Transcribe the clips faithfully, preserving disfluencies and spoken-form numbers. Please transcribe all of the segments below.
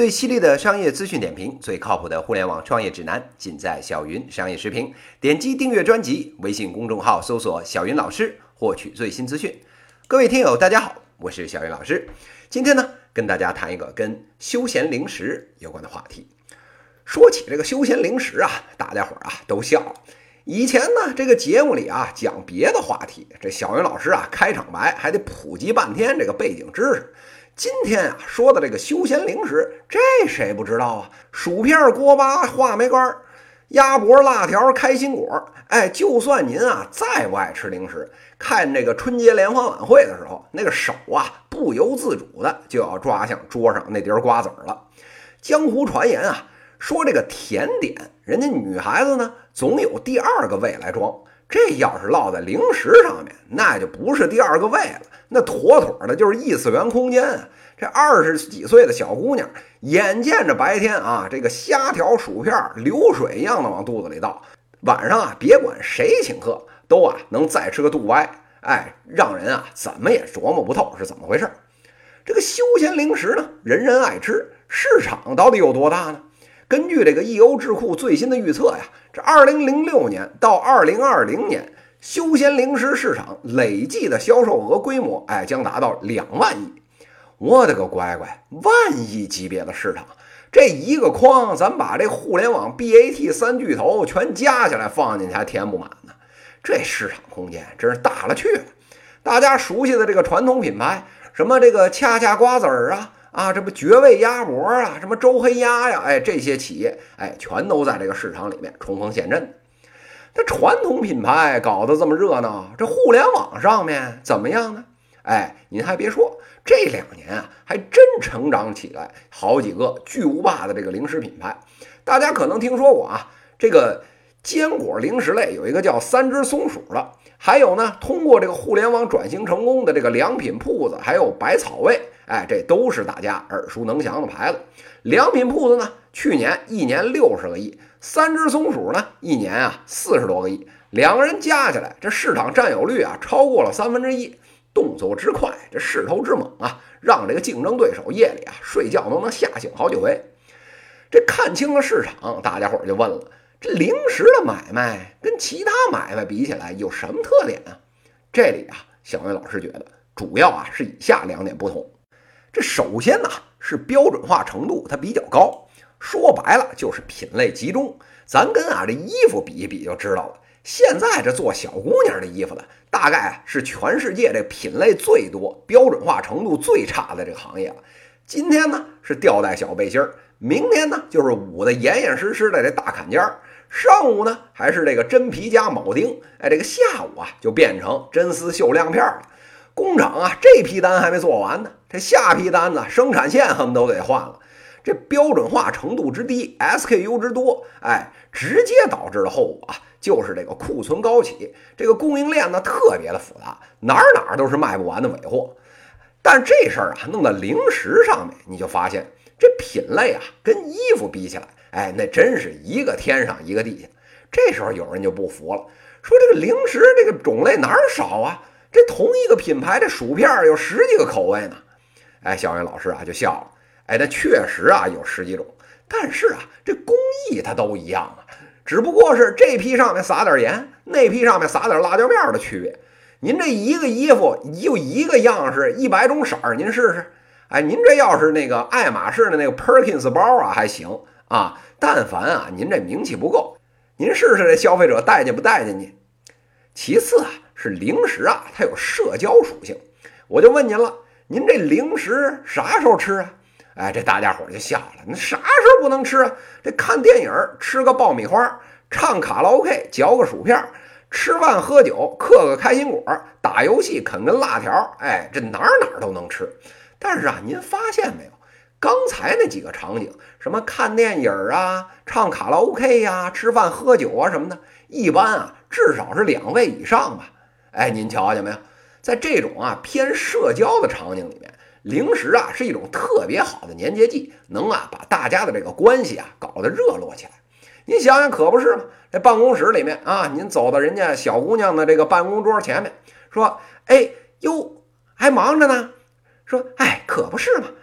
最犀利的商业资讯点评，最靠谱的互联网创业指南，尽在小云商业时评。点击订阅专辑，微信公众号搜索小云老师，获取最新资讯。各位听友大家好，我是小云老师。今天呢，跟大家谈一个跟休闲零食有关的话题。说起这个休闲零食啊，大家伙啊都笑了。以前呢，这个节目里啊讲别的话题，这小云老师啊开场白还得普及半天这个背景知识。今天啊说的这个休闲零食，这谁不知道啊？薯片、锅巴、话梅干、鸭脖、辣条、开心果，哎，就算您啊再不爱吃零食，看这个春节联欢晚会的时候，那个手啊不由自主的就要抓向桌上那碟瓜子了。江湖传言啊，说这个甜点，人家女孩子呢总有第二个胃来装，这要是落在零食上面，那就不是第二个胃了，那妥妥的就是异次元空间啊！这二十几岁的小姑娘，眼见着白天啊，这个虾条、薯片流水一样的往肚子里倒，晚上啊，别管谁请客，都啊能再吃个肚歪，哎，让人啊怎么也琢磨不透是怎么回事。这个休闲零食呢，人人爱吃，市场到底有多大呢？根据这个 E O 智库最新的预测呀，这二零零六年到二零二零年，休闲零食市场累计的销售额规模，哎，将达到两万亿。我的个乖乖，万亿级别的市场，这一个筐，咱把这互联网 B A T 三巨头全加起来放进去还填不满呢。这市场空间真是大了去了。大家熟悉的这个传统品牌，什么这个恰恰瓜子儿啊。啊，这不绝味鸭脖啊，什么周黑鸭呀，哎，这些企业，哎，全都在这个市场里面冲锋陷阵。这传统品牌搞得这么热闹，这互联网上面怎么样呢？哎，您还别说，这两年啊，还真成长起来好几个巨无霸的这个零食品牌。大家可能听说过啊，这个坚果零食类有一个叫三只松鼠的，还有呢，通过这个互联网转型成功的这个良品铺子，还有百草味。哎，这都是大家耳熟能详的牌子。良品铺子呢，去年一年六十个亿，三只松鼠呢，一年啊四十多个亿，两个人加起来，这市场占有率啊超过了三分之一，动作之快，这势头之猛啊，让这个竞争对手夜里啊睡觉都能吓醒好几回。这看清了市场，大家伙就问了，这零食的买卖跟其他买卖比起来有什么特点啊？这里啊，小云老师觉得主要啊是以下两点不同。这首先呢是标准化程度它比较高，说白了就是品类集中。咱跟啊这衣服比一比就知道了，现在这做小姑娘的衣服的，大概是全世界这品类最多、标准化程度最差的这个行业了。今天呢是吊带小背心儿，明天呢就是捂得严严实实的这大坎肩儿，上午呢还是这个真皮加铆钉，哎，这个下午啊就变成真丝绣亮片了。工厂啊，这批单还没做完呢，这下批单呢，生产线恨不都得换了。这标准化程度之低 ，S K U 之多，哎，直接导致的后果啊，就是这个库存高企，这个供应链呢特别的复杂，哪儿哪儿都是卖不完的尾货。但这事儿啊，弄到零食上面，你就发现这品类啊，跟衣服比起来，哎，那真是一个天上一个地下。这时候有人就不服了，说这个零食这个种类哪儿少啊？这同一个品牌的薯片有十几个口味呢。哎，小云老师啊就笑了，哎，那确实啊有十几种，但是啊这工艺它都一样啊，只不过是这批上面撒点盐，那批上面撒点辣椒面的区别。您这一个衣服就一个样式，一百种色儿，您试试。哎，您这要是那个爱马仕的那个 Perkins 包啊还行啊，但凡啊您这名气不够，您试试这消费者待见不待见你。其次啊是零食啊，它有社交属性。我就问您了，您这零食啥时候吃啊？哎，这大家伙就笑了，你啥时候不能吃啊？这看电影吃个爆米花，唱卡拉 OK 嚼个薯片，吃饭喝酒嗑个开心果，打游戏啃根辣条，哎，这哪儿哪儿都能吃。但是啊，您发现没有？刚才那几个场景，什么看电影啊、唱卡拉 OK 呀、吃饭喝酒啊什么的，一般啊至少是两位以上吧。哎，您瞧见没有？在这种啊偏社交的场景里面，零食啊是一种特别好的粘结剂，能啊把大家的这个关系啊搞得热络起来。您想想可不是吗？这办公室里面啊，您走到人家小姑娘的这个办公桌前面，说：“哎呦，还忙着呢。”说：“哎，可不是嘛，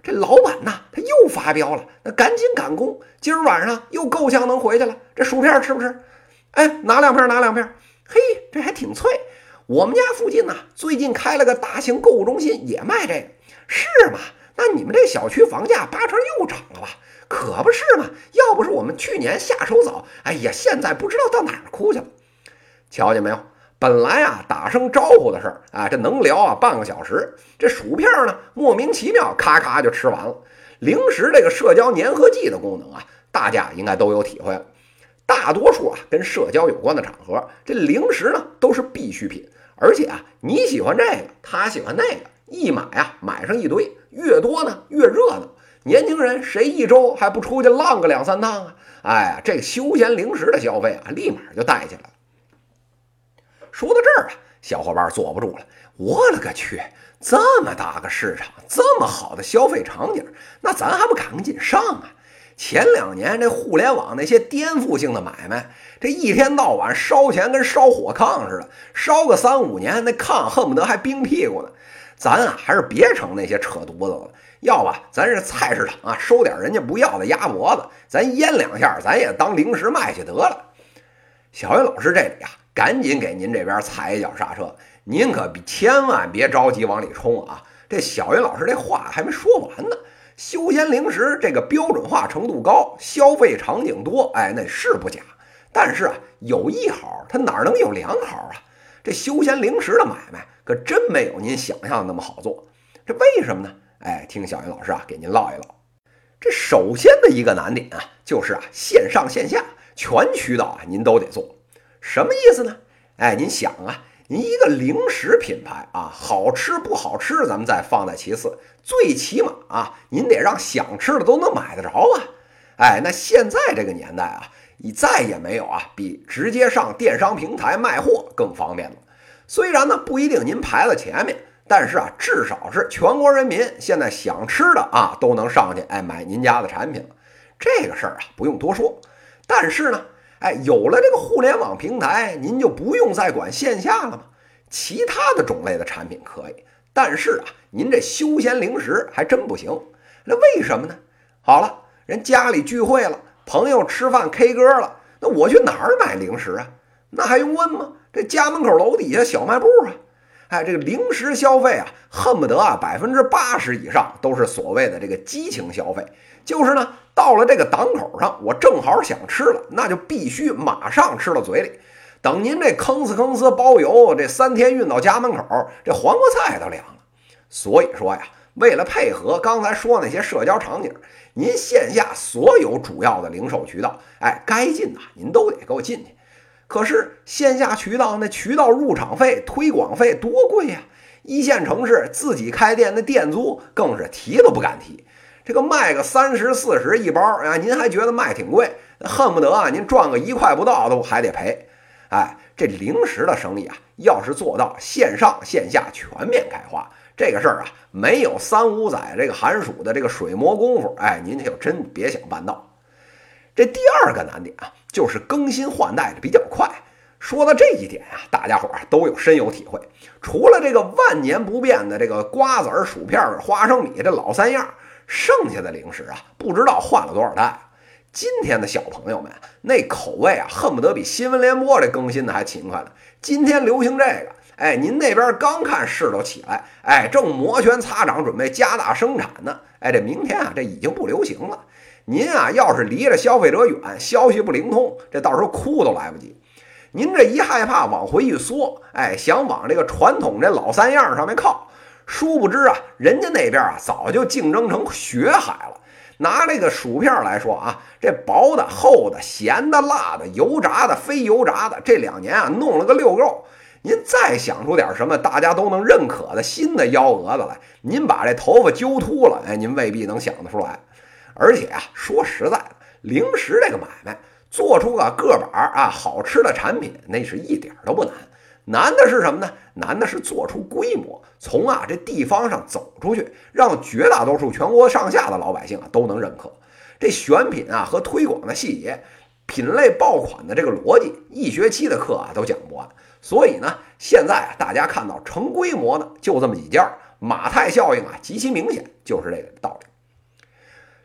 这老板呐，他又发飙了，那赶紧赶工，今儿晚上又够呛能回去了。这薯片吃不吃？哎，拿两片，拿两片。嘿，这还挺脆。我们家附近呐，最近开了个大型购物中心，也卖这个。是吗？那你们这小区房价八成又涨了吧？可不是嘛！要不是我们去年下手早，哎呀，现在不知道到哪儿哭去了。瞧见没有？本来啊打声招呼的事儿啊，这能聊啊半个小时。这薯片呢，莫名其妙咔咔就吃完了。零食这个社交粘合剂的功能啊，大家应该都有体会了。大多数啊跟社交有关的场合，这零食呢都是必需品，而且啊你喜欢这个，他喜欢那个，一买啊买上一堆，越多呢越热闹。年轻人谁一周还不出去浪个两三趟啊？哎，这个休闲零食的消费啊，立马就带起来了。说到这儿啊，小伙伴坐不住了，我勒个去！这么大个市场，这么好的消费场景，那咱还不赶紧上啊？前两年这互联网那些颠覆性的买卖，这一天到晚烧钱跟烧火炕似的，烧个三五年，那炕恨不得还冰屁股呢。咱啊还是别成那些扯犊子了，要吧咱是菜市场啊，收点人家不要的鸭脖子，咱腌两下，咱也当零食卖去得了。小云老师这里啊，赶紧给您这边踩一脚刹车，您可千万别着急往里冲啊！这小云老师这话还没说完呢。休闲零食这个标准化程度高，消费场景多，哎，那是不假。但是啊，有一好，它哪能有两好啊？这休闲零食的买卖可真没有您想象的那么好做。这为什么呢？哎，听小云老师啊给您唠一唠。这首先的一个难点啊，就是啊线上线下全渠道啊您都得做。什么意思呢？哎，您想啊，您一个零食品牌啊，好吃不好吃咱们再放在其次，最起码啊您得让想吃的都能买得着啊。哎，那现在这个年代啊，你再也没有啊比直接上电商平台卖货更方便了。虽然呢不一定您排在前面，但是啊至少是全国人民现在想吃的啊都能上去哎买您家的产品了。这个事儿啊不用多说。但是呢哎有了这个互联网平台，您就不用再管线下了吗？其他的种类的产品可以，但是啊您这休闲零食还真不行。那为什么呢？好了，人家里聚会了，朋友吃饭 K 歌了，那我去哪儿买零食啊？那还用问吗？这家门口楼底下小卖部啊。哎，这个零食消费啊，恨不得啊百分之八十以上都是所谓的这个激情消费，就是呢到了这个档口上，我正好想吃了，那就必须马上吃到嘴里。等您这吭哧吭哧包邮，这三天运到家门口，这黄瓜菜都凉了。所以说呀，为了配合刚才说那些社交场景，您线下所有主要的零售渠道，哎，该进的您都得给我进去。可是线下渠道那渠道入场费、推广费多贵呀！一线城市自己开店的店租更是提都不敢提。这个卖个三十四十一包啊，您还觉得卖挺贵，恨不得啊您赚个一块不到都还得赔。哎，这零食的生意啊，要是做到线上线下全面开花，这个事儿啊，没有三五载这个寒暑的这个水磨功夫，哎，您就真别想办到。这第二个难点啊，就是更新换代的比较快。说到这一点啊，大家伙儿都有深有体会。除了这个万年不变的这个瓜子儿、薯片儿、花生米这老三样，剩下的零食啊，不知道换了多少代。今天的小朋友们那口味啊，恨不得比新闻联播这更新的还勤快呢。今天流行这个，哎，您那边刚看势头起来，哎，正摩拳擦掌准备加大生产呢，哎，这明天啊，这已经不流行了。您啊，要是离着消费者远，消息不灵通，这到时候哭都来不及。您这一害怕往回一缩，哎，想往这个传统这老三样上面靠，殊不知啊，人家那边啊早就竞争成血海了。拿这个薯片来说啊，这薄的、厚的、咸的、辣的、油炸的、非油炸的，这两年啊弄了个溜够。您再想出点什么大家都能认可的新的幺蛾子来，您把这头发揪秃了，哎，您未必能想得出来。而且啊，说实在的，零食这个买卖，做出个个板啊好吃的产品，那是一点都不难。难的是什么呢？难的是做出规模，从啊这地方上走出去，让绝大多数全国上下的老百姓啊都能认可。这选品啊和推广的细节，品类爆款的这个逻辑，一学期的课啊都讲不完。所以呢，现在啊大家看到成规模的就这么几家，马太效应啊极其明显，就是这个道理。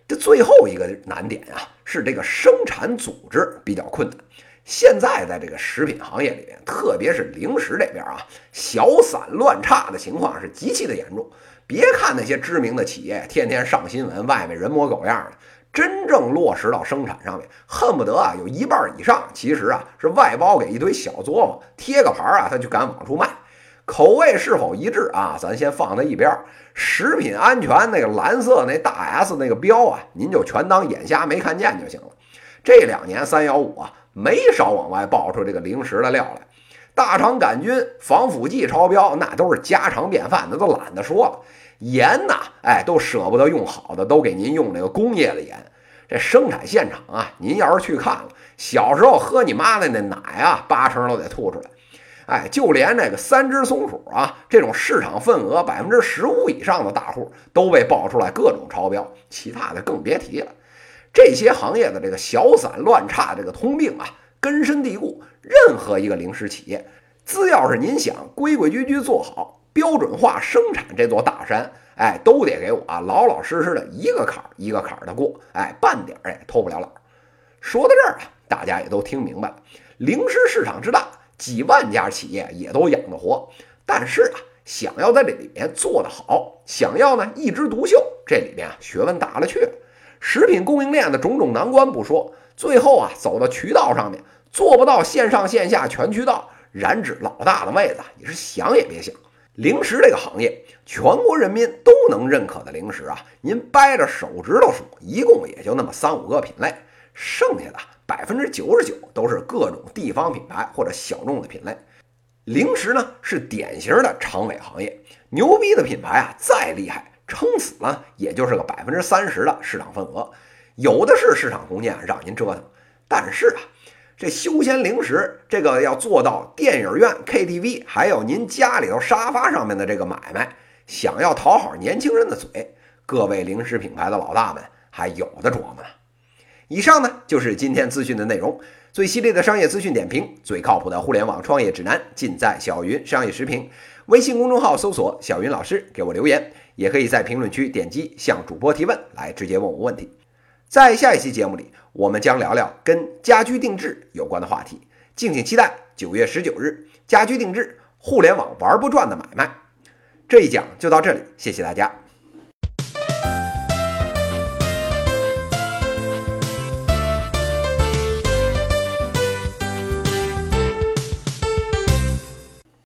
这最后一个难点啊，是这个生产组织比较困难。现在在这个食品行业里面，特别是零食这边啊，小散乱差的情况是极其的严重。别看那些知名的企业天天上新闻，外面人模狗样的，真正落实到生产上面，恨不得啊有一半以上其实啊是外包给一堆小作坊，贴个牌啊他就敢往出卖。口味是否一致啊，咱先放在一边。食品安全那个蓝色那大 S 那个标啊，您就全当眼瞎没看见就行了。这两年三幺五啊，没少往外爆出这个零食的料来，大肠杆菌、防腐剂超标，那都是家常便饭，那都懒得说了。盐呐，哎，都舍不得用好的，都给您用这个工业的盐。这生产现场啊，您要是去看了，小时候喝你妈的那奶啊，八成都得吐出来。哎，就连那个三只松鼠啊，这种市场份额百分之十五以上的大户都被爆出来各种超标，其他的更别提了。这些行业的这个小散乱差这个通病啊，根深蒂固。任何一个零食企业，只要是您想规规矩矩做好，标准化生产这座大山，哎，都得给我啊老老实实的一个坎儿一个坎儿的过，哎，半点也偷不了懒。说到这儿啊，大家也都听明白了，零食市场之大，几万家企业也都养得活，但是啊，想要在这里面做得好，想要呢一枝独秀，这里面啊学问大了去了。食品供应链的种种难关不说，最后啊走到渠道上面，做不到线上线下全渠道，染指老大的位子，你是想也别想。零食这个行业，全国人民都能认可的零食啊，您掰着手指头数，一共也就那么三五个品类，剩下的百分之九十九都是各种地方品牌或者小众的品类。零食呢是典型的长尾行业，牛逼的品牌啊再厉害，撑死了也就是个百分之三十的市场份额，有的是市场空间让您折腾。但是啊，这休闲零食这个要做到电影院、K T V， 还有您家里头沙发上面的这个买卖，想要讨好年轻人的嘴，各位零食品牌的老大们还有的琢磨呢。以上呢就是今天资讯的内容，最犀利的商业资讯点评，最靠谱的互联网创业指南，尽在小云商业时评。微信公众号搜索小云老师，给我留言，也可以在评论区点击向主播提问，来直接问我问题。在下一期节目里，我们将聊聊跟家居定制有关的话题，敬请期待九月十九日家居定制，互联网玩不转的买卖。这一讲就到这里，谢谢大家。